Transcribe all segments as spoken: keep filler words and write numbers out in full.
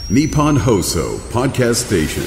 Nippon Hoso Podcast Station。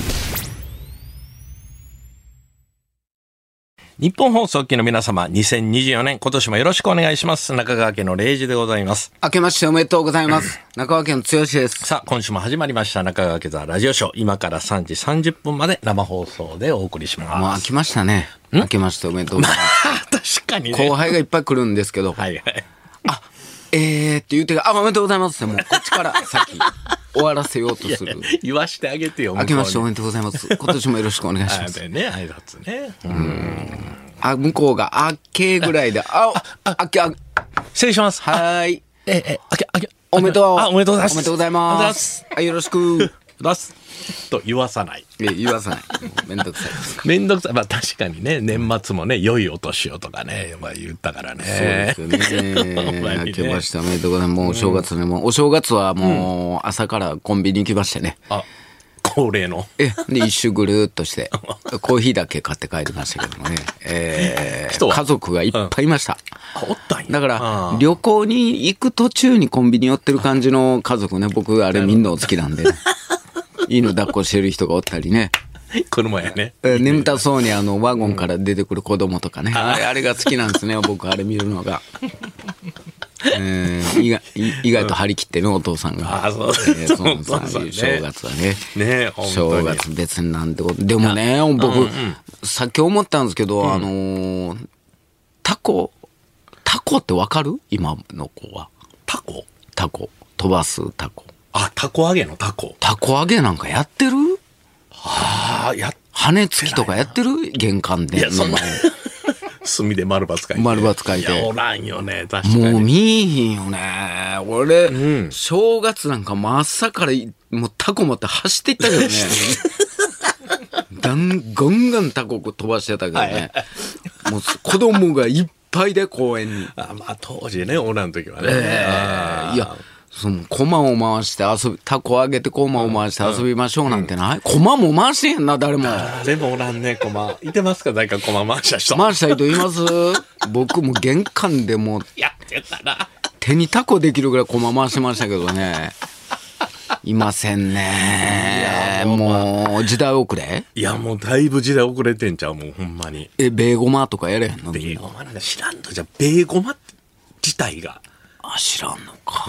日本放送機の皆様、にせんにじゅうよねん今年もよろしくお願いします。中川家の礼二でございます。 明けましておめでとうございます。中川家の剛です。 さあ、今週も始まりました中川家ザラジオショー。今からさんじさんじゅっぷんまで生放送でお送りします。 もう明けましたね。明けましておめでとうございます。確かにね。 後輩がいっぱい来るんですけど。 はいはい。 あ、えーって言うてあ、おめでとうございますってもうこっちから先終わらせようとする。 いや言わしてあげてよ。 明けましておめでとうございます。今年もよろしくお願いします。 あね、挨拶ね。うん。あ、向こうが、あっけぐらいで、あ、あっけ、あ、 失礼します。 はーい。 え、え、あけ、あけ、 おめでとう。 あ、おめでとうございます。 おめでとうございます。はい、よろしく。 出す。と言わさない。 え、言わさない。めんどくさいです。 めんどくさい。まあ確かにね、年末もね、良いお年をとかね、まあ言ったからね。 そうですよね。明けましておめでとうございます。もうお正月ね、もうお正月はもう朝からコンビニ行きましてね。 あ、恒例の。 え、で、一周ぐるーっとして、コーヒーだけ買って帰りましたけどもね。えー、家族がいっぱいいました。 あ、おったんや。 だから、旅行に行く途中にコンビニ寄ってる感じの家族ね、僕、あれみんなお好きなんで、ね。犬抱っこしてる人がおったりね。 車やね。 眠たそうにあの、ワゴンから出てくる子供とかね。あれ、あれが好きなんですね、僕、あれ見るのが。えー、意外意外と張り切ってるお父さんが。 あ、そうです。そうそうね、正月はね。 ね、 正月別になんてこと。でもね、僕、うんうん、さっき思ったんですけど、うん、あのー、タコ、タコってわかる？今の子は。 タコ？ タコ。飛ばすタコ。 あ、タコ揚げのタコ。 タコ揚げなんかやってる？ はあ、や羽付きとかやってる？玄関で。いや、そんな。 墨で丸バツ書いて。 丸バツ書いて。 いや、おらんよね、確かに。 もう見えひんよね。俺、うん、正月なんかもう朝からもうタコ持って走っていったけどね。ガン、ガンガンタコ飛ばしてたけどね。はい、もう子供がいっぱいで公園に。 あ、まあ当時ね、俺らの時はね。 えー、いや、その、駒を回して遊び、タコ上げて駒を回して遊びましょうなんてない？駒も回してへんな、誰も。 誰もおらんね、駒。いてますか？誰か駒回した人。 回した人います？僕も玄関でもう、 やってたな。 手にタコできるぐらい駒回してましたけどね。いませんね。もう、もう時代遅れ？ いや、もうだいぶ時代遅れてんちゃう、もうほんまに。 え、ベーゴマとかやれへんの？ ベーゴマなんか知らんと、じゃあ、ベーゴマ自体が。 あ、知らんのか。 うん。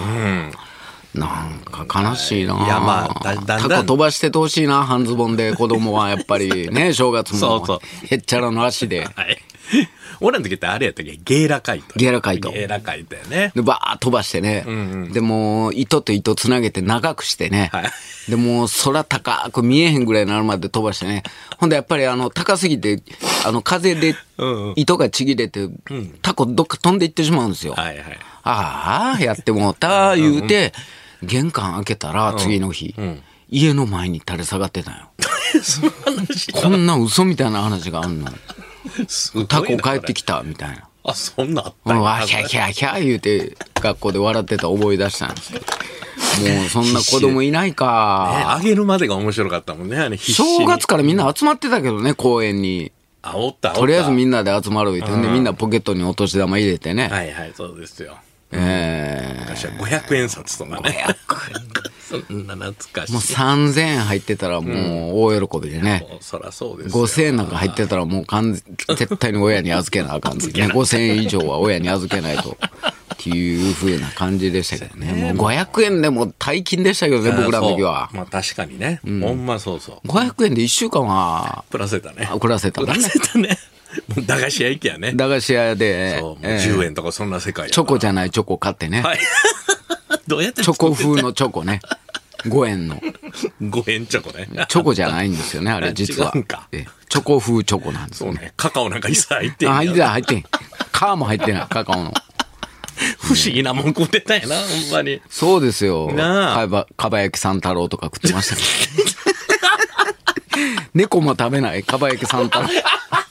なんか悲しいな。 いや、まあ、だんだん。 タコ飛ばしててほしいな、半ズボンで子供はやっぱりね、正月も。 そうそう。 へっちゃらの足で。 はい。俺の時ってあれやったっけ？ゲーラカイト。 ゲーラカイト。 ゲーラカイトやね。 で、バーッ飛ばしてね。うんうん、でも、糸と糸つなげて長くしてね。はい。でも、空高く見えへんぐらいになるまで飛ばしてね。ほんで、やっぱりあの、高すぎて、あの、風で糸がちぎれて、うん、タコどっか飛んでいってしまうんですよ。はいはい。ああ、やってもうた、言うて、玄関開けたら、次の日、うんうん、家の前に垂れ下がってたよ。 その話こんな嘘みたいな話があんの。タコ帰ってきたみたいな。 あ、そんなあったんや。 わひゃひゃひゃ言うて学校で笑ってた思い出したんですけど。もうそんな子供いないか。 ね、あげるまでが面白かったもんね。あれ必死に正月からみんな集まってたけどね、公園に。 あ、おったおった。 とりあえずみんなで集まる言って、うん、でみんなポケットにお年玉入れてね。 はいはい、そうですよ。 ええー。 昔はごひゃくえん札とかね。ごひゃくえん。そんな懐かしい。 もうさんぜんえん入ってたらもう大喜びでね。 うん、そらそうですよ。 ごせんえんなんか入ってたらもう完全絶対に親に預けなあかんね。ごせんえん以上は親に預けないと。っていう風な感じでしたけどね。もうごひゃくえんでも大金でしたけどね、僕らの時は。 まあ確かにね。うん、ほんまそうそう。 ごひゃくえんでいっしゅうかんは。 プラせたね。 プラせたね。 プラせたね。もう駄菓子屋行きやね。 駄菓子屋で。 そう、もうじゅうえんとかそんな世界や。 チョコじゃないチョコ買ってね。はい。 どうやってチョコ風のチョコね。ごえんの。 ごえんチョコね。 チョコじゃないんですよね、あれ実は。 違うんか。 チョコ風チョコなんですよね。そうね。カカオなんか一切入ってんあ、入ってない、入ってん。皮も入ってない、カカオの。 不思議なもん食ってたんやな、ほんまに。 そうですよ。 なあ。 かば焼き三太郎とか食ってましたけど。猫も食べない、かば焼き三太郎。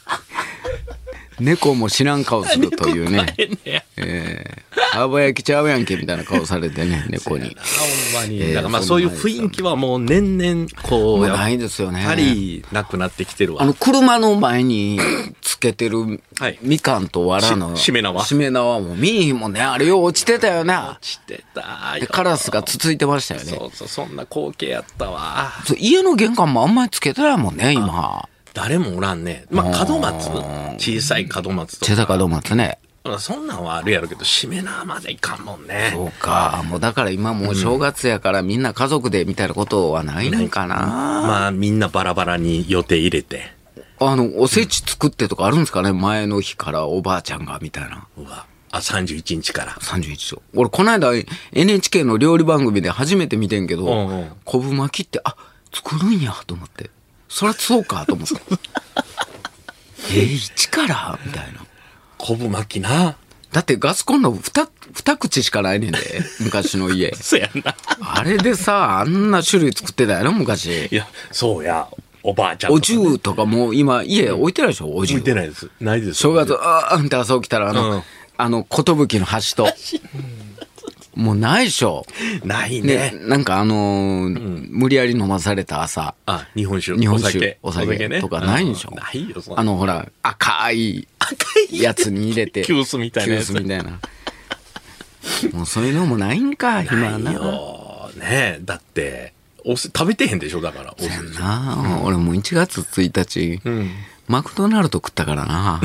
猫も知らん顔するというね。えー、かば焼きちゃうやんけみたいな顔されてね、猫に。 ほんまに。だからまあそういう雰囲気はもう年々こう、 ないですよね。 やっぱりなくなってきてるわ。 あの、車の前につつけてるはいみかんとわらのししめ縄しめ縄も見えひんもんね。あれよう落ちてたよな。 してたよ。 でカラスがつついてましたよね。 そうそう、そんな光景やったわ。 そう家の玄関もあんまりつけてないもんね、今。 誰もおらんね。まあ、門松小さい門松とか。 小さい門松ね。 そんなんはあるやろけど、しめ縄までいかんもんね。 そうか。もうだから今もう正月やからみんな家族でみたいなことはないのかな。 まあ、みんなバラバラに予定入れて。 あの、おせち作ってとかあるんですかね、前の日からおばあちゃんがみたいな。 うわ。あ、さんじゅういちにちから。 さんじゅういちと。俺、この間 エヌエイチケー の料理番組で初めて見てんけど、 うんうん昆布巻きって、あ、作るんやと思って。そりゃそうかと思って。えー、一からみたいな。 昆布巻きな。 だってガスコンロ二、二口しかないねんで、昔の家。 そうやんな。 あれでさ、あんな種類作ってたやろ、昔。 いや、そうや。おばあちゃんおとかね、 重とかもう今、家置いてないでしょ、お重。 置いてないです。ないです。 正月、あーんって朝起きたら、あの、 うんあの、寿の箸と。もうないでしょ。 ないね。 ね、なんかあのー無理やり飲まされた朝、 あ、日本酒。 日本酒、 おお酒ね。 酒とかないんでしょ。 うんないよ、そんなあの、ほら、赤いやつに入れて。 急須みたいなやつ急須みたいな。もうそういうのもないんか、今はな。 ないよ。ねえ。だって、おせ食べてへんでしょ、だから。おせちなあ、俺もういちがつついたち、マクドナルド食ったからな。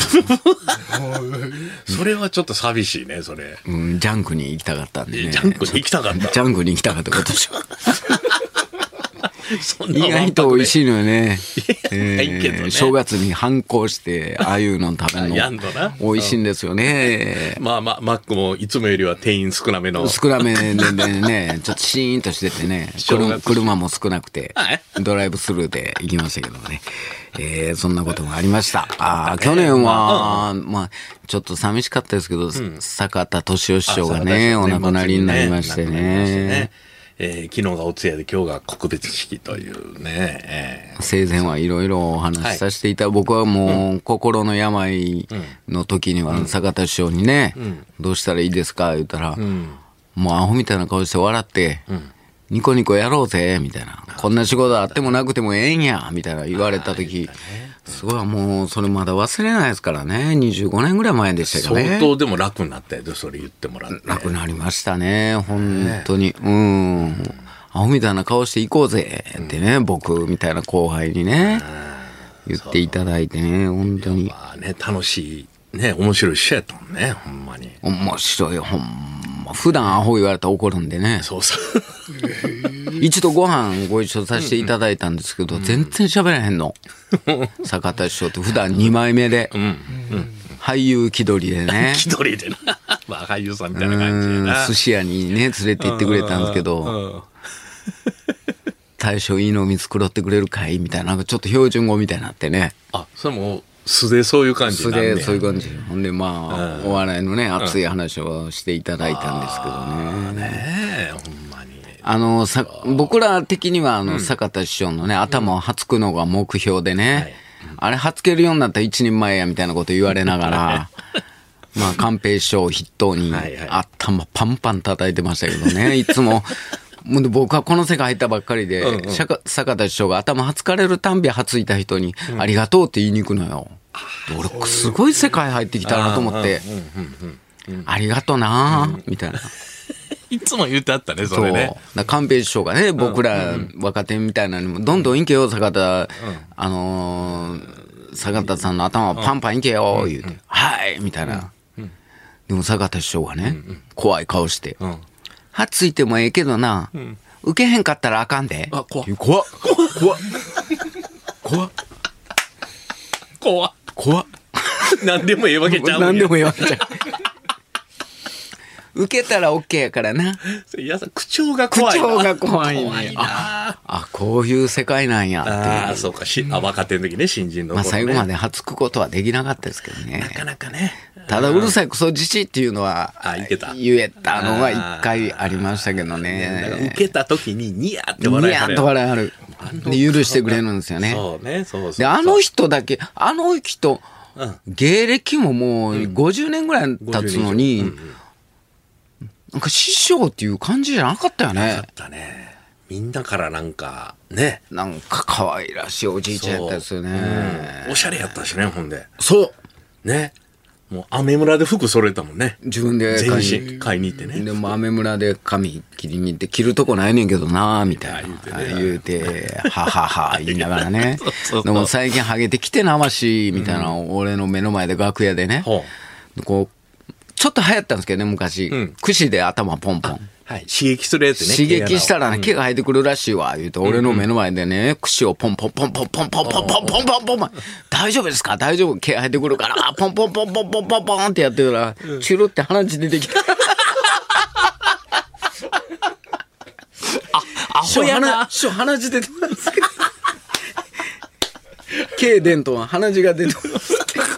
それはちょっと寂しいね、それ。 うん、ジャンクに行きたかったんでね。 ジャンクに行きたかった。 ジャンクに行きたかったことでしょ。 そんな意外と美味い。 しいのよね。 ないけどね正月に反抗して、ああいうの食べるのやんのな美味しいんですよね。 まあまあ、マックもいつもよりは店員少なめの。 少なめでね、ちょっとシーンとしててね、 正月車車も少なくてはい、 ドライブスルーで行きましたけどね。えー、そんなこともありました。あ去年は、まあ、ちょっと寂しかったですけど、坂田敏夫師匠がね、お亡くなりになりましてね。 えー、昨日がお通夜で今日が告別式というね、えー、 生前はいろいろお話しさせていた、はい、僕はもう心の病の時には坂田師匠にね、うん、どうしたらいいですか言ったら、うん、もうアホみたいな顔して笑って、うん、ニコニコやろうぜみたいな、こんな仕事あってもなくてもええんやみたいな言われた時、すごいもうそれまだ忘れないですからね。にじゅうごねんぐらい前でしたけどね。 相当でも楽になったよ、それ言ってもらって。 楽になりましたね、本当に。うん。アホみたいな顔して行こうぜってね、うん、僕みたいな後輩にね、言っていただいてね、本当に。 まあね、楽しい、ね、面白い人やったもんね、ほんまに。 面白い、ほんま。普段アホ言われたら怒るんでね。 そうそう。 一度ご飯ご一緒させていただいたんですけど、うん、全然喋らへんの。坂田師匠って普段にまいめで、うんうん、俳優気取りでね。 気取りでな。まあ俳優さんみたいな感じでな。 寿司屋にね、連れて行ってくれたんですけど、大将いいの見繕ってくれるかいみたいな、なんかちょっと標準語みたいになってね。 あ、それも素でそういう感じなんね。 素でそういう感じ。ほんでまあ、お笑いのね、熱い話をしていただいたんですけどね。 ねえ、ほんまに。 あの、さ、僕ら的には、あの、坂田師匠のね、頭をはつくのが目標でね、はい、あれ、はつけるようになったら一人前や、みたいなこと言われながら、まあ、寛平師匠を筆頭に、はいはい、頭パンパン叩いてましたけどね、いつも、もう僕はこの世界入ったばっかりで、うんうん、坂田師匠が頭はつかれるたんびはついた人に、うん、ありがとうって言いに行くのよ。俺、すごい世界入ってきたなと思って、ありがとな、うん、みたいな。 いつも言ってあったね、それね。 そう。寛平師匠がね、僕ら若手みたいなのにも、どんどんいけよ、坂田、うん、あのー、坂田さんの頭パンパンいけよ、言うて、うん、はい、みたいな。うん、でも坂田師匠がね、うん、怖い顔して、うん、はっついてもええけどな、うん、受けへんかったらあかんで。 あ、怖っ。 怖っ。怖っ。怖っ。 怖っ。 怖っ。 何でもええわけちゃう。 何でもええわけちゃう。受けたら OK やからな。 いや、口調が怖いな。 口調が怖いね。 怖いなあ。 あ、こういう世界なんやっていう。 ああ、そうか。しあ若手の時ね、新人の頃ね。 まあ最後まではつくことはできなかったですけどね。 なかなかね。 ただうるさいクソじじっていうのは、 あ、いけた。 言えたのが一回ありましたけどね。 受けた時にニヤって笑いはる。 ニヤって笑いはる。で、許してくれるんですよね。 そうね、そうそう。 で、あの人だけ、あの人、うん、芸歴ももうごじゅうねんぐらい経つのに、うんうんなんか師匠っていう感じじゃなかったよね。 なかったね。みんなからなんかね。 なんか可愛らしいおじいちゃんやったですよね、 うん。おしゃれやったしね、ほんで。 そう。 ね。もう、アメ村で服揃えたもんね。 自分で買い全に身買いに行ってね。 でも、アメ村で髪切りに行って、切るとこないねんけどなみたいな。言うて、ははは、言いながらね。 そうそうそう。 でも、最近ハゲてきてなまし、みたいな、俺の目の前で楽屋でね。 ほこう、ちょっと流行ったんですけどね、昔。 ん櫛で頭ポンポン。 はい。刺激するやつね。 刺激したらね、 毛毛が生えてくるらしいわ、言うて、俺の目の前でね、櫛をポンポンポンポンポンポンポンポンポンポンポンポン、大丈夫ですか大丈夫毛生えてくるから、ポンポンポンポンポンポンポンってやってたら、チュルって鼻血出てきた。 アホやな。 師匠鼻血出てますけど。毛出んとは鼻血が出てます。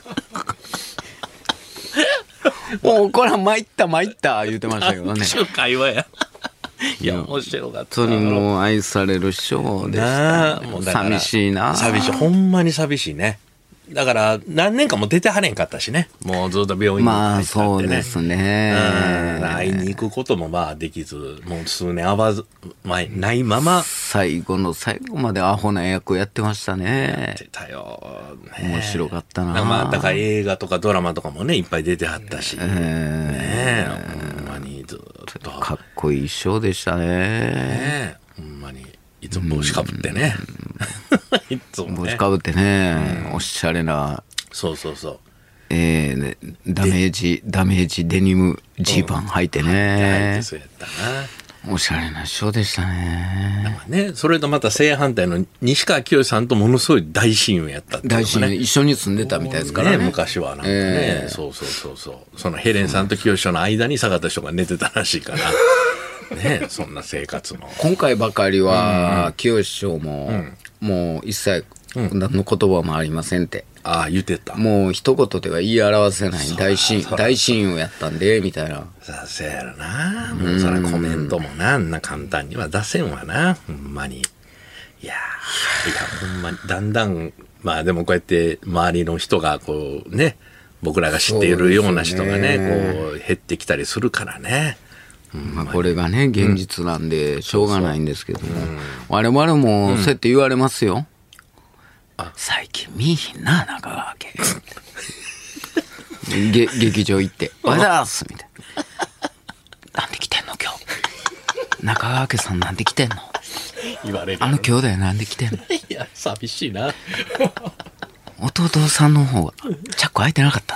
もうこれは参った参った言うてましたけどね。 一応会話や。いや、面白かった。 本当にもう愛される師匠でしたね。 もうだから寂しいな。 寂しい。ほんまに寂しいね。だから何年かも出てはれんかったしね。もうずっと病院にまあ入ってたってね。 そうですね。 うん会いに行くこともまあできず、もう数年会わず、まあ、ないまま。 最後の最後までアホな役やってましたね。 出たよ、 ね。面白かったな。 まあだから映画とかドラマとかもねいっぱい出てはったし。えー、ねえ、ほんまにずっと。 かっこいいショーでしたね。 ねほんまに。いつも帽子かぶってね。いつもね。 帽子かぶってね、おしゃれな。 そうそうそう。 えー、ね、ダメージ、ダメージデニムジーパン履いてね。 そうやったな。おしゃれなショーでしたね。 ね、それとまた正反対の西川きよしさんとものすごい大親友やったっていう、ね。 大親友、一緒に住んでたみたいですからね。ね昔はなんかね、えー、そうそうそうそう。そのヘレンさんときよし師匠の間に坂田師匠が寝てたらしいから。ね、そんな生活の今回ばかりは清志師匠も、うん、もう一切何の言葉もありませんって、 うん、ああ言ってた。 もう一言では言い表せない大親大親友やったんでみたいな。 させやろな。もうそれコメントもな、あんな簡単には出せんわな、ほんまに。いやいやほんまにだんだんまあでもこうやって周りの人がこうね、僕らが知っているような人がね、こう減ってきたりするからね。 まあこれがね現実なんでしょうがないんですけども、我々もそうやって言われますよ。最近見いひんな中川家。げ劇場行って「おはようございます」みたいな。なんで来てんの今日。中川家さんなんで来てんの。 言われる。 あの兄弟なんで来てんの。 いや寂しいな。 弟さんの方がチャック開いてなかった。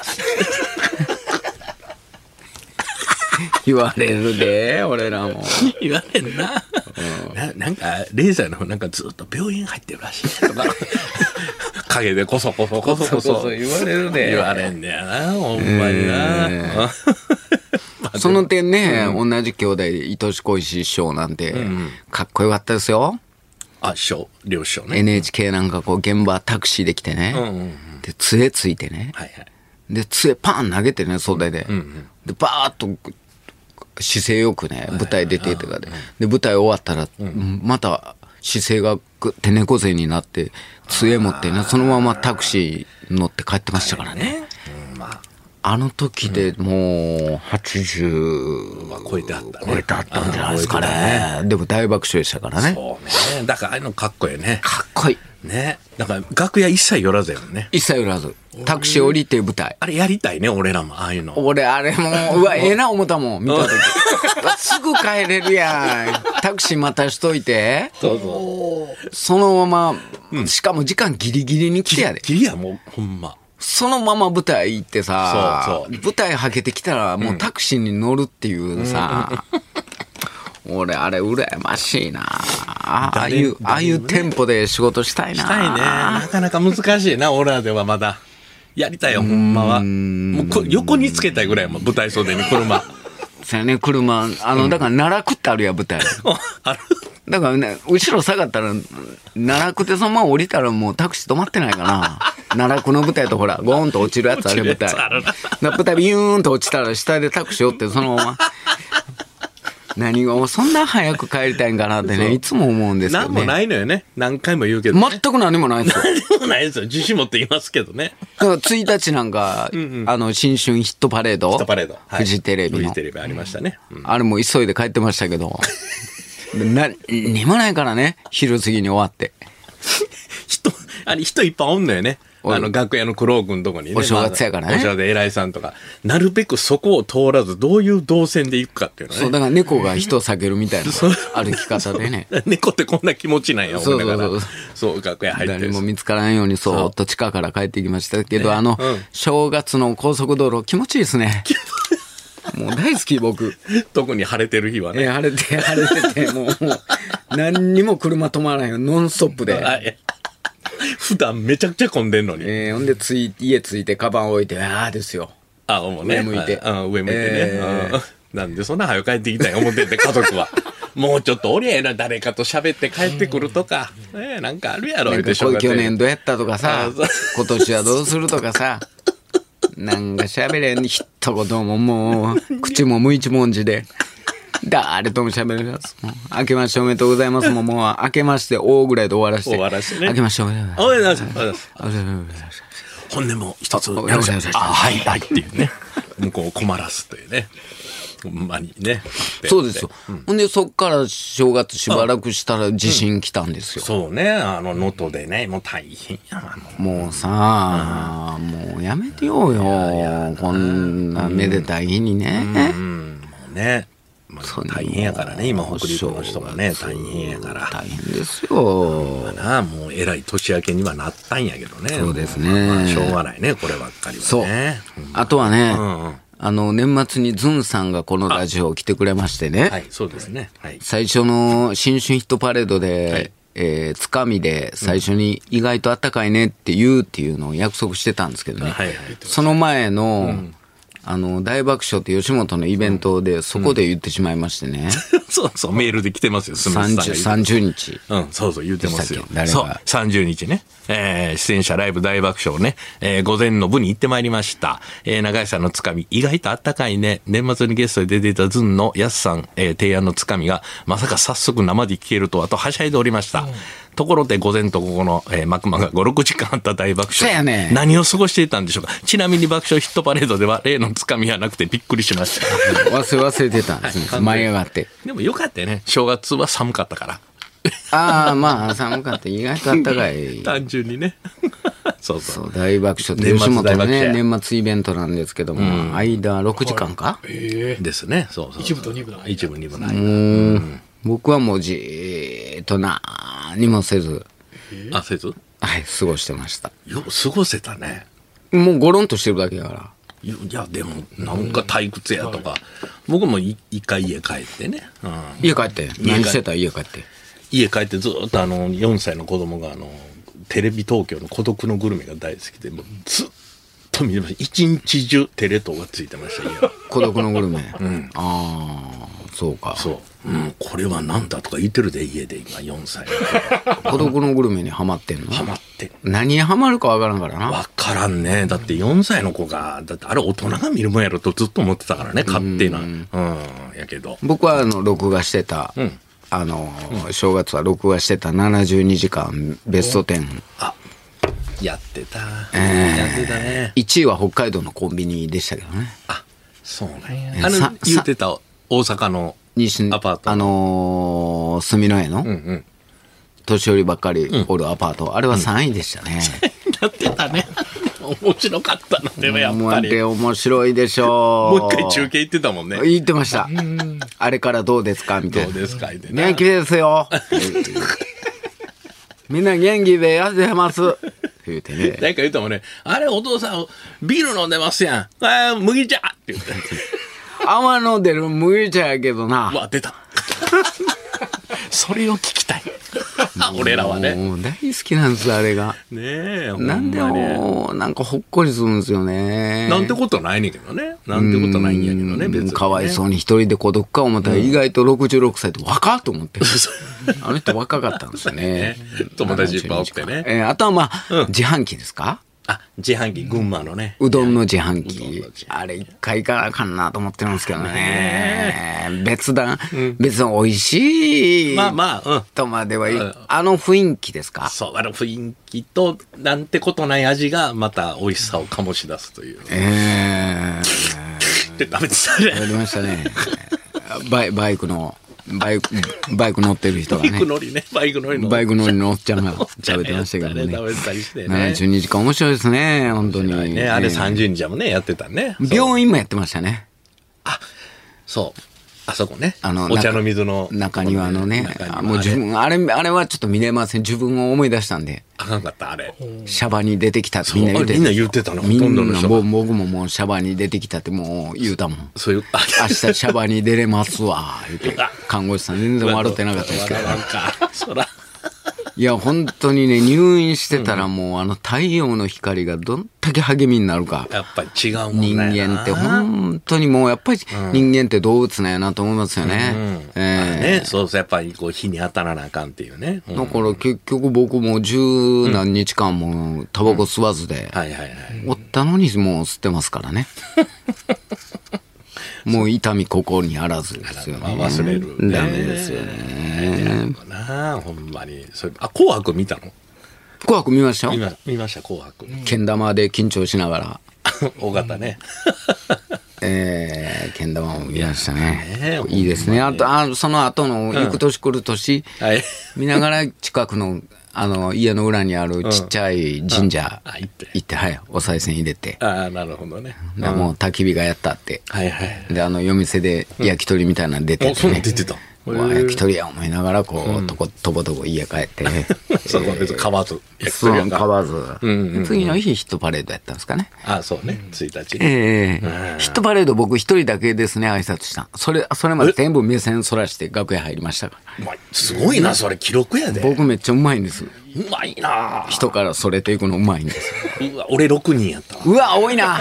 言われるで俺らも。 言われんな。な, なんかレーザーの方なんかずっと病院入ってるらしいとか陰でこそこそこそこそ言われるで。 言われんねやなほんまにな、えー、その点ね、うん、同じ兄弟で愛し恋しい師匠なんて、うん、かっこよかったですよ。 あ師匠両師匠ね。 エヌエイチケー なんかこう現場タクシーで来てね、うんうんうん、で杖ついてね、はいはい、で杖パン投げてね袖で、うんうん、でバーッと姿勢よくね舞台出てとかで、で舞台終わったら、うん、また姿勢が手猫背になって杖持ってねそのままタクシー乗って帰ってましたからね。あの時でもうはちじゅう超えてあったね。 超えてあったんじゃないですかね。でも大爆笑でしたからね。 そうね。だからああいうのかっこいいね。 かっこいい。 ね。だから楽屋一切寄らずよね。 一切寄らず。タクシー降りて舞台。 あれやりたいね、俺らも、ああいうの。 俺、あれもう、うわ、ええな思ったもん、見た時。すぐ帰れるやん。タクシー待たしといて。 そうそう。 そのまま、うん、しかも時間ギリギリに来てやで。 ギリや、もう、ほんま。 そのまま舞台行ってさ、 そうそう舞台はけてきたら、もうタクシーに乗るっていうさ、うん、俺、あれ、羨ましいな。ああいう、ああいうテンポで仕事したいな。 したいね。なかなか難しいな、俺らではまだ。やりたいよ、ほんまは。もうこ横につけたいぐらいも舞台袖に車。 そうやね、車。あの、だから奈落ってあるやん、舞台。 ある。 だからね、後ろ下がったら、奈落でそのまま降りたらもうタクシー止まってないかな。奈落の舞台とほら、ゴーンと落ちるやつある舞台。舞台ビューンと落ちたら下でタクシー降ってそのまま。何がそんな早く帰りたいんかなってねいつも思うんですけどね。 何もないのよね。何回も言うけど、ね、 全く何もないですよ。 何もないですよ。自信持って言いますけどね。 だからついたちなんかうん、うん、あの新春ヒットパレード、 ヒットパレード、 はい、フジテレビのフジテレビありましたね。 うん、あれも急いで帰ってましたけど、何にもないからね昼過ぎに終わって。 人あれ人いっぱいおんのよね。 あの、楽屋のクロー君のとこにね。 お正月やからねまあお正月で偉いさんとか。なるべくそこを通らず、どういう動線で行くかっていうのね。 そう、だから猫が人を避けるみたいな歩き方でね。 猫ってこんな気持ちなんや、 そう思いながらそうそうそう、楽屋入って誰も見つからんようにそーっと地下から帰ってきましたけど、 ねあの、 うん正月の高速道路気持ちいいですね。もう大好き僕。 特に晴れてる日はね。 えー晴れて晴れてて、もう、何にも車止まらんよ。ノンストップで。 あいや普段めちゃくちゃ混んでんのに。 えーほんでつい、家着いてカバン置いて、ああですよ。 あ、もうね。 上向いてあ上向いてね。 えーうんなんでそんな早く帰ってきたんや思ってて、家族は。もうちょっとおりゃええな、誰かと喋って帰ってくるとか。ねえなんかあるやろ、 なんか言うて正月去年どうやったとかさあそう、 今年はどうするとかさ、なんか喋れん、一言ももう、口も無一文字で。誰とも喋れます。もう明けましておめでとうございますももう明けまして大ぐらいで終わらせて。 終わらせてね明けましておめでとうございます。 おめでとうございます。 おめでとうございます本年も一つ、 およろしくよろしくあ、はい、はいっていうね。向こうを困らすというね。ほんまにね。 そうですよ。ほんで、そっから正月しばらくしたら地震来たんですよ。 そうね、あの、能登でね、もう大変やな。 もうさ、もうやめてよよ。こんなめでたい日にね。 うん、もうね。まあ大変やからね、今北陸の人がね、大変やから。 大変ですよ。 まあな、もうえらい年明けにはなったんやけどね。 そうですねまあしょうがないね、こればっかりはね。 そう。 うんあとはね、 んうんあの、年末にズンさんがこのラジオを来てくれましてね、 はい、そうですね。はい。 最初の新春ヒットパレードで、 はいえーつかみで最初に意外とあったかいねって言うっていうのを約束してたんですけどね、 はいはい。 その前の、あの、大爆笑って吉本のイベントで、そこで言ってしまいましてね、 そうそう、メールで来てますよ、スミスさんが言ってさんじゅう、さんじゅうにち。 うん、そうそう、言ってますよでしたっけ。誰がそう、さんじゅうにちね。えー、出演者ライブ大爆笑ね。えー、午前の部に行ってまいりました。えー、長井さんのつかみ、意外とあったかいね。年末にゲストで出ていたズンのやすさん、えー、提案のつかみが、まさか早速生で聞けるとはとはしゃいでおりました。ところで午前と午後の、えー、マクマがご、ろくじかんあった大爆笑。 そうやね何を過ごしていたんでしょうか。ちなみに爆笑ヒットパレードでは例のつかみはなくてびっくりしました。 忘れ忘れてたんですね。舞い上がって。 でもよかったよね。正月は寒かったから。 ああ、まあ、寒かった。意外とあったかい。 単純にね。そうそう。 そう、大爆笑って年末吉本のね、 大爆笑年末イベントなんですけども、間ろくじかんか、 ですね。そうそうそう。一部と二部の。一部二部の。 うん僕はもうじーっと何にもせず、 あ、せずはい、過ごしてました。 よ、過ごせたね。 もうゴロンとしてるだけやから。 いや、でも、なんか退屈やとか。僕もい一回家帰ってね。うん。 家帰って家帰何してた家帰って。 家帰ってずっとあの、よんさいの子供があの、テレビ東京の孤独のグルメが大好きで、もうずっと見てました。一日中テレ東がついてました、家は。 孤独のグルメ。 んああ、そうか。 そう。うん、これはなんだとか言ってるで、家で今よんさいの子。 孤独のグルメにハマってんのハマって。 何にハマるかわからんからな。 わからんね。だってよんさいの子が、だってあれ大人が見るもんやろとずっと思ってたからね、勝手な。うん、やけど。 僕はあの、録画してた、 んあの、正月は録画してたななじゅうにじかんベストテン。 あ、やってた。やってたね。 いちいは北海道のコンビニでしたけどね。 あ、そうなんや。あさの、言ってた大阪の西アパート。 あのー、住之江の、 うんうん。 年寄りばっかりおるアパート、あれはさんいでしたね。 やってたね。面白かったな、でもやっもうあぱり。 れ面白いでしょう。 もう一回中継行ってたもんね。 言ってました。あれからどうですかみたいな。 どうですか言ってな元気ですよ。みんな元気でやってます。言うてね。 誰か言ったもんね。あれ、お父さん、ビール飲んでますやん。あー麦茶って言って。 泡の出る麦茶やけどな。 うわ、出た。それを聞きたい。俺らはね。 もう大好きなんです、あれが。 ねえ、 なんでほんまにも、なんかほっこりするんですよね。 なんてことないねんけどね。なんてことないんやけどね、別に、ね。 かわいそうに一人で孤独か思ったら意外とろくじゅうろくさいって若っと思って。あの人若かったんですよね。 友達いっぱいおってね。 えーあとはまあ、自販機ですかあ、自販機、群馬のね。 うどんの自販うどんの機自販。機あれ一回行かなあかんなと思ってるんですけどね。別段、別に美味しい。 まあまあ、うん。 とまではいいうんあの雰囲気ですか？ そう、あの雰囲気と、なんてことない味が、また美味しさを醸し出すという。 えで、ダメでしたー、やね。 りましたね。バイバイクのバイク、バイク乗ってる人がね。 バイク乗りね、バイク乗りの。 バイク乗りのおっちゃんが食べてましたけどね。 食べてたりしてね。 ななじゅうにじかん面白いですね、本当に。 ね、あれさんじゅうにじもね、やってたね。 病院もやってましたね。 あ、そう。あそこね。 あの、 お茶の水の。 中庭のね。もう自分、あれ、あれはちょっと見れません。自分を思い出したんで。 あかんかった、あれ。 シャバに出てきたってみんな言ってた。 みんな言ってたの、ほとんどの人が。僕ももうシャバに出てきたってもう言うたもん。 そういう、 明日シャバに出れますわ、言って。看護師さん全然笑ってなかったですけど。 なんか、そら。 いや、本当にね、入院してたらもう、あの太陽の光がどんだけ励みになるか。 やっぱり違うもんね。 人間って本当にもう、やっぱり人間って動物なんやなと思いますよね。 うんうんえー、ね、そうそう、やっぱりこう日に当たらなあかんっていうね。 うん、だから結局僕も十何日間もタバコ吸わずで、 はいはいはい。 おったのにもう吸ってますからね。もう痛みここにあらずですよね。 まあ、忘れる、ね。 ダメですよね。 なあ、ほんまに。それあ、紅白見たの？ 紅白見ましたよ。 見ま、見ました、紅白。 けん玉で緊張しながら。 大型ね。 えー、けん玉も見ましたね。いいですね。あと、あその後の、行く年来る年、うんはい、見ながら近くの、あの、家の裏にあるちっちゃい神社、うん、行って、行って、はい、お賽銭入れて。 ああ、なるほどね。 でもう焚き火がやったって。 はいはい。 で、あの、夜店で焼き鳥みたいなの出てて、ね。 そう出てた。 焼き鳥や思いながら、こう、とこ、とぼとぼ家帰って。 そこは別に買わず。 そう、買わず。次の日ヒットパレードやったんですかね。 ああ、そうね。ついたち。 ええ。ヒットパレード僕一人だけですね、挨拶した。それ、それまで全部目線そらして楽屋入りましたから。 すごいな、それ記録やで。 僕めっちゃうまいんです。うまいな。 人からそれていくのうまいんです。 うわ、俺ろくにんやったわ。 うわ、多いな。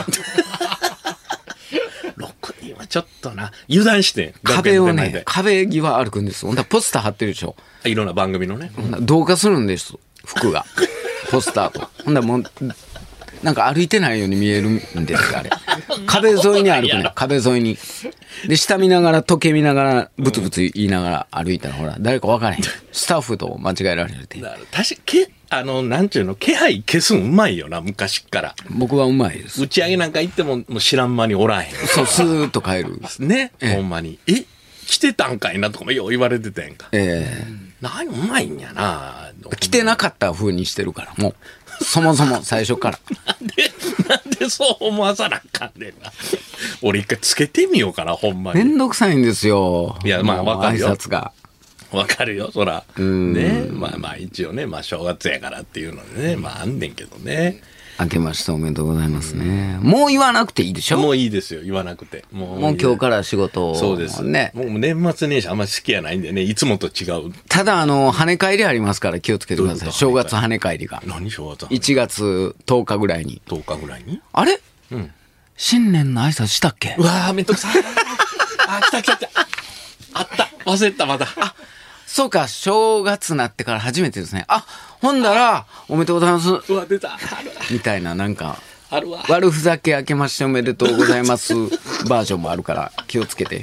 ろくにんはちょっとな、油断して。 壁をね、壁際歩くんです。ほんとポスター貼ってるでしょ。 いろんな番組のね。 同化するんです、服が。ポスターと。ほんだらもう、なんか歩いてないように見えるんですよ、あれ。壁沿いに歩くね、壁沿いに。で、下見ながら、時計見ながら、ブツブツ言いながら歩いたら、ほら、誰か分からへん。スタッフと間違えられるって。 確かけ、あの、なんちゅうの、気配消すのうまいよな、昔っから。 僕はうまいです。 打ち上げなんか行っても、もう知らん間におらへん。 そう、スーッと帰る。 ね、ほんまに。え来てたんかいなとかもよう言われてたやんか。 ええー。なんうまいんやな。 来てなかった風にしてるから、もう。そもそも最初から。 なんで、なんでそう思わさなあかんねんな。俺一回つけてみようかな、ほんまに。 めんどくさいんですよ。 いや、まあわかるよ。 挨拶が。 わかるよ、そら。ね。まあまあ一応ね、まあ正月やからっていうのでね、まああんねんけどね。 明けましておめでとうございますね。もう言わなくていいでしょ？ もういいですよ、言わなくて。 もう、もう今日から仕事を。 そうです。ね。もう年末年始あんまり好きやないんでね、いつもと違う。 ただ、あの、跳ね返りありますから気をつけてください。正月跳ね返りが。 何正月？ いちがつとおかぐらいに。 とおかぐらいに？ あれ？うん。新年の挨拶したっけ？ うわー、めんどくさい。あ、来た来た来た。あった。忘れた、まだ。あ、 そうか、正月なってから初めてですね。あ、ほんだら、おめでとうございます。 うわ、出た。 みたいな、なんか、 あるわ。 悪ふざけ明けましておめでとうございますバージョンもあるから気をつけて。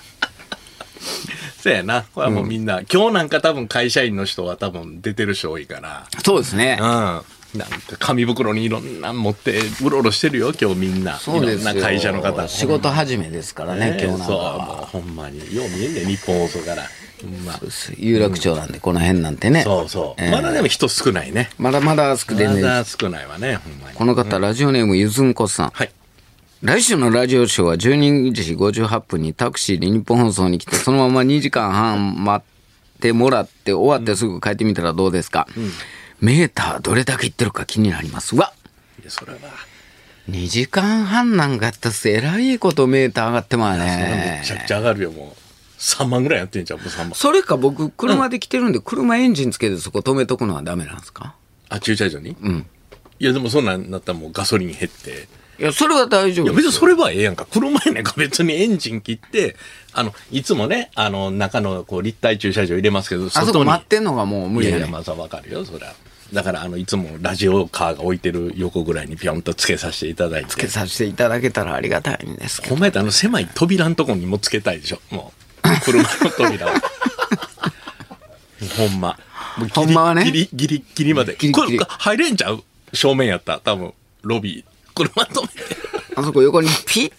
そうやな。これはもうみんな、うん、今日なんか多分会社員の人は多分出てる人多いから。 そうですね。 うん。なんか紙袋にいろんな持ってうろうろしてるよ、今日みんな。 そうですよ。 いろんな会社の方。 仕事始めですからね、ね今日なんかは。 そう、もうほんまに。よう見えんね、日本放送から。 まあ、有楽町なんで、この辺なんてね。 そうそう。えー、まだでも人少ないね。 まだまだ少ないね。 まだ少ないわね、ほんまに。 この方、ラジオネームゆずんこさん。 はい。 来週のラジオショーはじゅうにじごじゅうはっぷんにタクシーで日本放送に来て、そのままにじかんはん待ってもらって、終わってすぐ帰ってみたらどうですか。うん、メーターどれだけいってるか気になります。わいや、それは。 にじかんはんなんかやったらえらいことメーター上がってまあね。 めちゃくちゃ上がるよ、もう。さんまんぐらいやってんじゃん、もうさんまん。 それか僕、車で来てるんで、うん、車エンジンつけてそこ止めとくのはダメなんですか？ あ、駐車場に？ うん。 いや、でもそんなんなったらもうガソリン減って。 いや、それは大丈夫。 いや、別にそれはええやんか。車やねんか。別にエンジン切って、あの、いつもね、あの、中のこう立体駐車場入れますけど、 あそこ待ってんのがもう無理やねん。 いやいや、まあ、わかるよ、そりゃ。だから、あの、いつもラジオカーが置いてる横ぐらいにピョンとつけさせていただいて。 つけさせていただけたらありがたいんですけど。 ほんまやったらあの狭い扉のとこにもつけたいでしょ、もう。車の扉を。ほんま。 もうほんまはね。 ギリギリギリまで。 ギリギリこれ入れんちゃう？正面やった。多分、ロビー。車止めて。 あそこ横にピッタ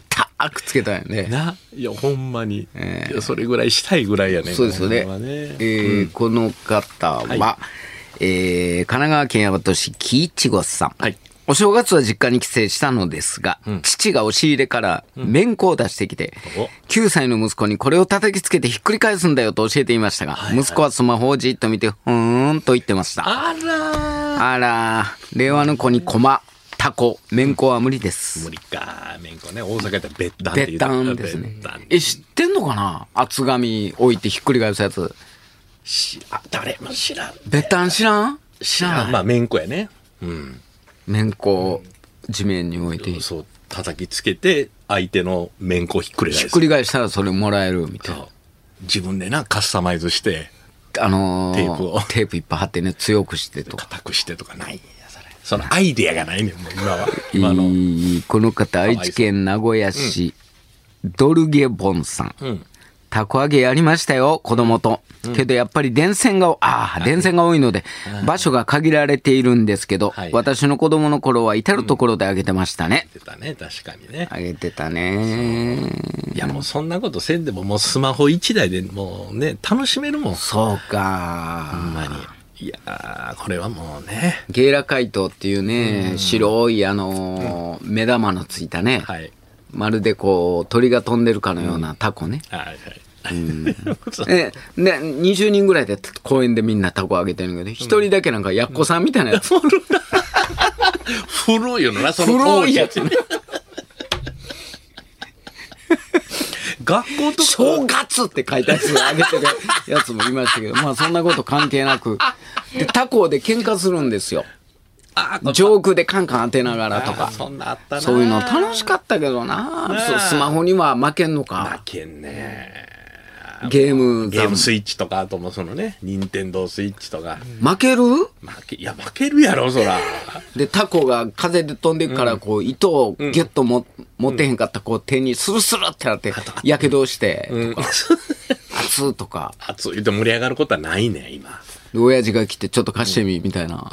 くつけたんやね。 な、いや、ほんまに。えー、いやそれぐらいしたいぐらいやね。 そうですよね。ねえーうん、この方は、はい、えー、神奈川県大和市木いちごさん。はい。お正月は実家に帰省したのですが、うん、父が押し入れから麺粉を出してきて、うん、きゅうさいの息子にこれを叩きつけてひっくり返すんだよと教えていましたが、はいはい、息子はスマホをじっと見て、ふーんと言ってました。 あらー。 あらー。令和の子に駒、タコ、麺粉は無理です。 無理か。麺粉ね。大阪やったら別段って言う。 別段ですね。え、知ってんのかな、厚紙置いてひっくり返すやつ。 しあ、誰も知らん、ね。 別段知らん知らん。まあ、麺粉やね。うん。 麺粉地面に置いて、 そう叩きつけて相手の麺粉ひっくり返す。 ひっくり返したらそれもらえるみたいな。 自分でなカスタマイズしてあのー、 テープをテープいっぱい貼ってね強くしてとか硬くしてとかないんやそれ。そのアイデアがないねんもう今は。今のいいこの方愛知県名古屋市、うん、ドルゲボンさん。うん、たこ揚げやりましたよ、子供と。うん、けどやっぱり電線が、ああ、電線が多いので、場所が限られているんですけど、はいはい、私の子供の頃は至るところで揚げてましたね。 揚げてたね、確かにね。 揚げてたね。 いやもうそんなことせんでも、もうスマホ一台でもうね、楽しめるもん。 そうか。 ほんまに。いやー、これはもうね。 ゲイラ怪盗っていうね、うん、白いあのーうん、目玉のついたね、はい、まるでこう、鳥が飛んでるかのようなタコね。うん、はいはい。うん、えでにじゅうにんぐらいで公園でみんなタコあげてるけど一人だけなんかやっこさんみたいなやつ、うん、 古いよなその古いやつね学校とか正月って書いたやつあげてるやつもいましたけどまあそんなこと関係なくでタコで喧嘩するんですよ。あ上空でカンカン当てながらとかそ, んなあったなそういうの楽しかったけどな。スマホには負けんのか。 負けんね。 ゲームゲームスイッチとかあともそのね任天堂スイッチとか負ける負けいや負けるやろそら。 でタコが風で飛んでくからこう、うん、糸をギュッとも、うん、持ってへんかったこう手にスルスルってなってやけどをしてとか、うん、熱いとか熱いで盛り上がることはないね今。 で親父が来てちょっと貸してみ、うん、みたいな。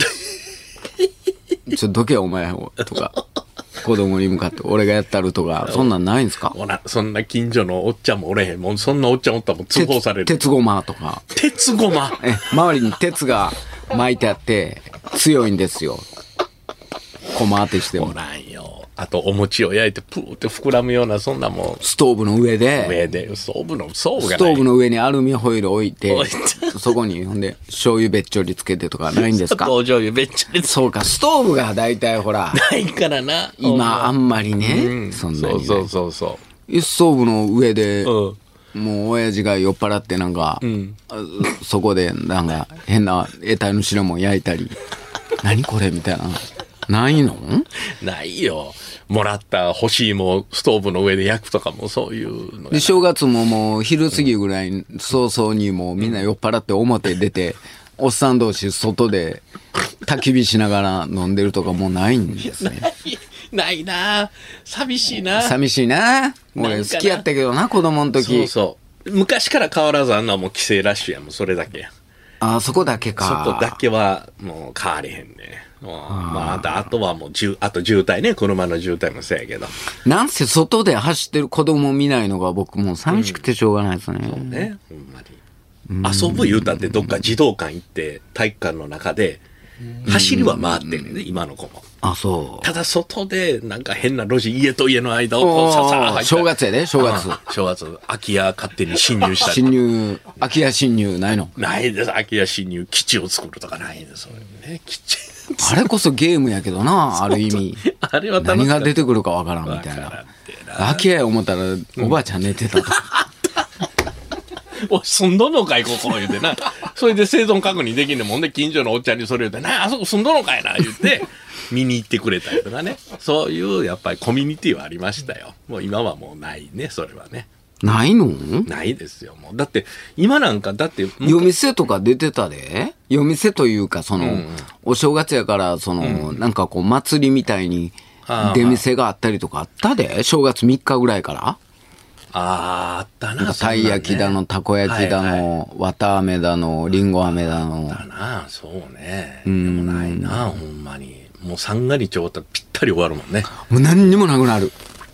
そうちょっとどけよお前とか子供に向かって俺がやったるとかそんなんないんですか。 そんな近所のおっちゃんもおれへんもん。そんなおっちゃんおったらもう通報される。 鉄ごまとか。 鉄ごまえ周りに鉄が巻いてあって強いんですよ。駒当てしても。 おらんよ。あとお餅を焼いてプーって膨らむようなそんなもんストーブの上で上でストーブのストーブがないストーブの上にアルミホイル置いてそこにほんで醤油べっちょりつけてとかないんですか。 醤油べっちょりそうかストーブが大体ほらないからな今あんまりね、うん、そんなにそうそうそうそうストーブの上で、うん、もう親父が酔っ払ってなんか、うん、そこでなんか変な得体の知らんもん焼いたり何これみたいなないのないよ。もらった干し芋をストーブの上で焼くとかもそういうので正月ももう昼過ぎぐらい早々にもうみんな酔っ払って表出て、うん、おっさん同士外で焚き火しながら飲んでるとかもうないんですね。 ないな寂しいな寂しいな。俺好きやったけどな子供の時。 そうそう昔から変わらずあんなもう帰省ラッシュやもうそれだけや。 あそこだけか。 そこだけはもう変われへんね。まあ、あと、あとはもう、あと渋滞ね、車の渋滞もそうやけど。 なんせ外で走ってる子供見ないのが僕もう寂しくてしょうがないですね。うん、そうね、ほんまに。遊ぶ言うたってどっか児童館行って体育館の中で、走りは回ってんねんね、今の子も。 あ、そう。 ただ外でなんか変な路地、家と家の間をこうささ入った。 正月やで、正月。 正月、空き家勝手に侵入したり。 侵入、空き家侵入ないの？ ないです、空き家侵入、基地を作るとかないんです、そういうね、基地。 あれこそゲームやけどな、ある意味。 あれは何が出てくるかわからんみたいな。空き家や思ったら、おばあちゃん寝てたとか。 おい、住んどんのかい、ここ言うてな。それで生存確認できんねんもんで、近所のおっちゃんにそれ言うて、なあ、あそこ住んどんのかいな、言って、見に行ってくれたりとかね。そういう、やっぱりコミュニティはありましたよ。もう今はもうないね、それはね。 ないの？ ないですよ、もう。だって、今なんか、だって。 夜店とか出てたで？夜店というか、その、うん、お正月やから、その、うん、なんかこう、祭りみたいに、出店があったりとかあったで？正月みっかぐらいから。 ああ、あったな。 なんかたい焼きだの、たこ焼きだの、わたあめだの、りんごあめだの。 あったな、そうね。でもないな、ほんまに。もう三が日終わったらぴったり終わるもんね。 もう何にもなくなる。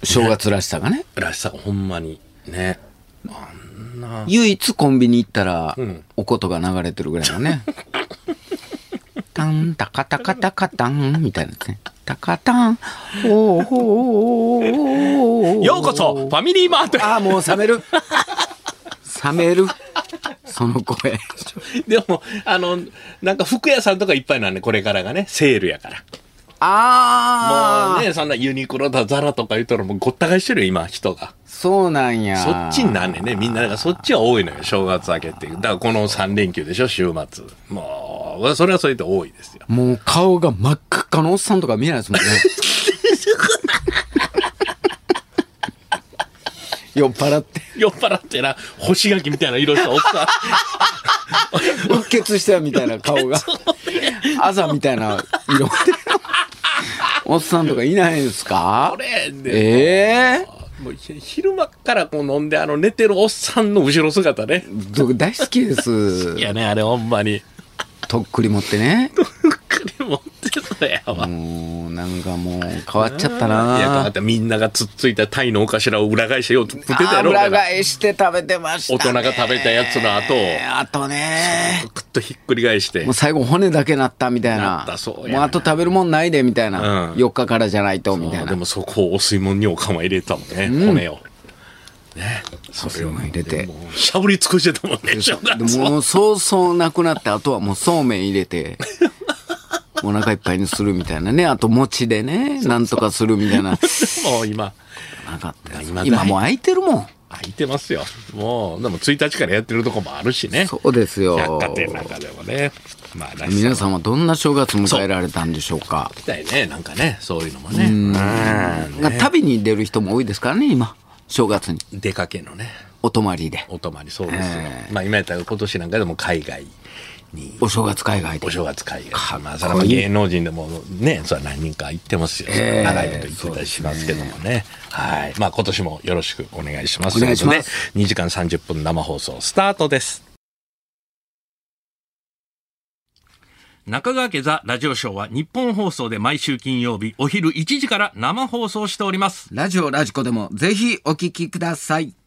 正月らしさがね。 らしさがほんまに。ね。あんな。 唯一コンビニ行ったら、 うん、 おことが流れてるぐらいのね。タン、タカタカタカタン、みたいなね。タカタン、おーほー。 ようこそ、ファミリーマート。 ああ、もう冷める。冷める。その声。 でも、あの、なんか服屋さんとかいっぱいなんで、これからがね、セールやから。 ああ。 もうね、そんなユニクロだ、ザラとか言うともうごった返してるよ、今、人が。 そうなんや。 そっちになんねんね。みんな、だからそっちは多いのよ、正月明けっていう。だからこのさん連休でしょ、週末。もう、それはそれで多いですよ。 もう顔が真っ赤のおっさんとか見えないですもんね。酔っ払って。 酔っ払ってな、干し柿みたいな色したおっさん。うっ血したみたいな顔が。あざみたいな色。おっさんとかいないんですか？ これね。 ええー、もう昼間からこう飲んで、あの寝てるおっさんの後ろ姿ね。 僕大好きです。 いやね、あれほんまに。 とっくり持ってね。 とっくり持ってたやわ。 もうなんかもう変わっちゃったな。 いや、だってみんながつっついたタイのお頭を裏返してよ、食ってたやろ。 裏返して食べてましたね。 大人が食べたやつの後。 あとね。 くっとひっくり返して。 もう最後骨だけなったみたいな。 なったそうや。 もうあと食べるもんないでみたいな。うん、よっかからじゃないとみたいな。 でもそこをお吸い物にお釜入れたもんね、うん、骨を。ね、 それを入れてしゃぶり尽くしてたもんね。 でもうそうそうなくなってあとはもうそうめん入れてお腹いっぱいにするみたいなね。あと餅でねなんとかするみたいな。もう今なかった今, 今もう空いてるもん。 空いてますよ。もうでもついたちからやってるとこもあるしね。 そうですよ。 百貨店なんかでもね。 まあ、皆さんはどんな正月迎えられたんでしょうか。 聞きたいね、なんかね、そういうのもね。うんね、旅に出る人も多いですからね今。正月に出かけのねお泊まりでお泊まりそうですよ、えー、まあ今やったら今年なんかでも海外にお正月海外でお正月海外まあそれは芸能人でもねそれは何人か行ってますよ、えー、長いこと行ってたりしますけどもね、ねはいまあ今年もよろしくお願いしますお願いします。 にじかんさんじゅっぷん生放送スタートです。中川家ザラジオショーは日本放送で毎週金曜日お昼いちじから生放送しております。 ラジオラジコでもぜひお聞きください。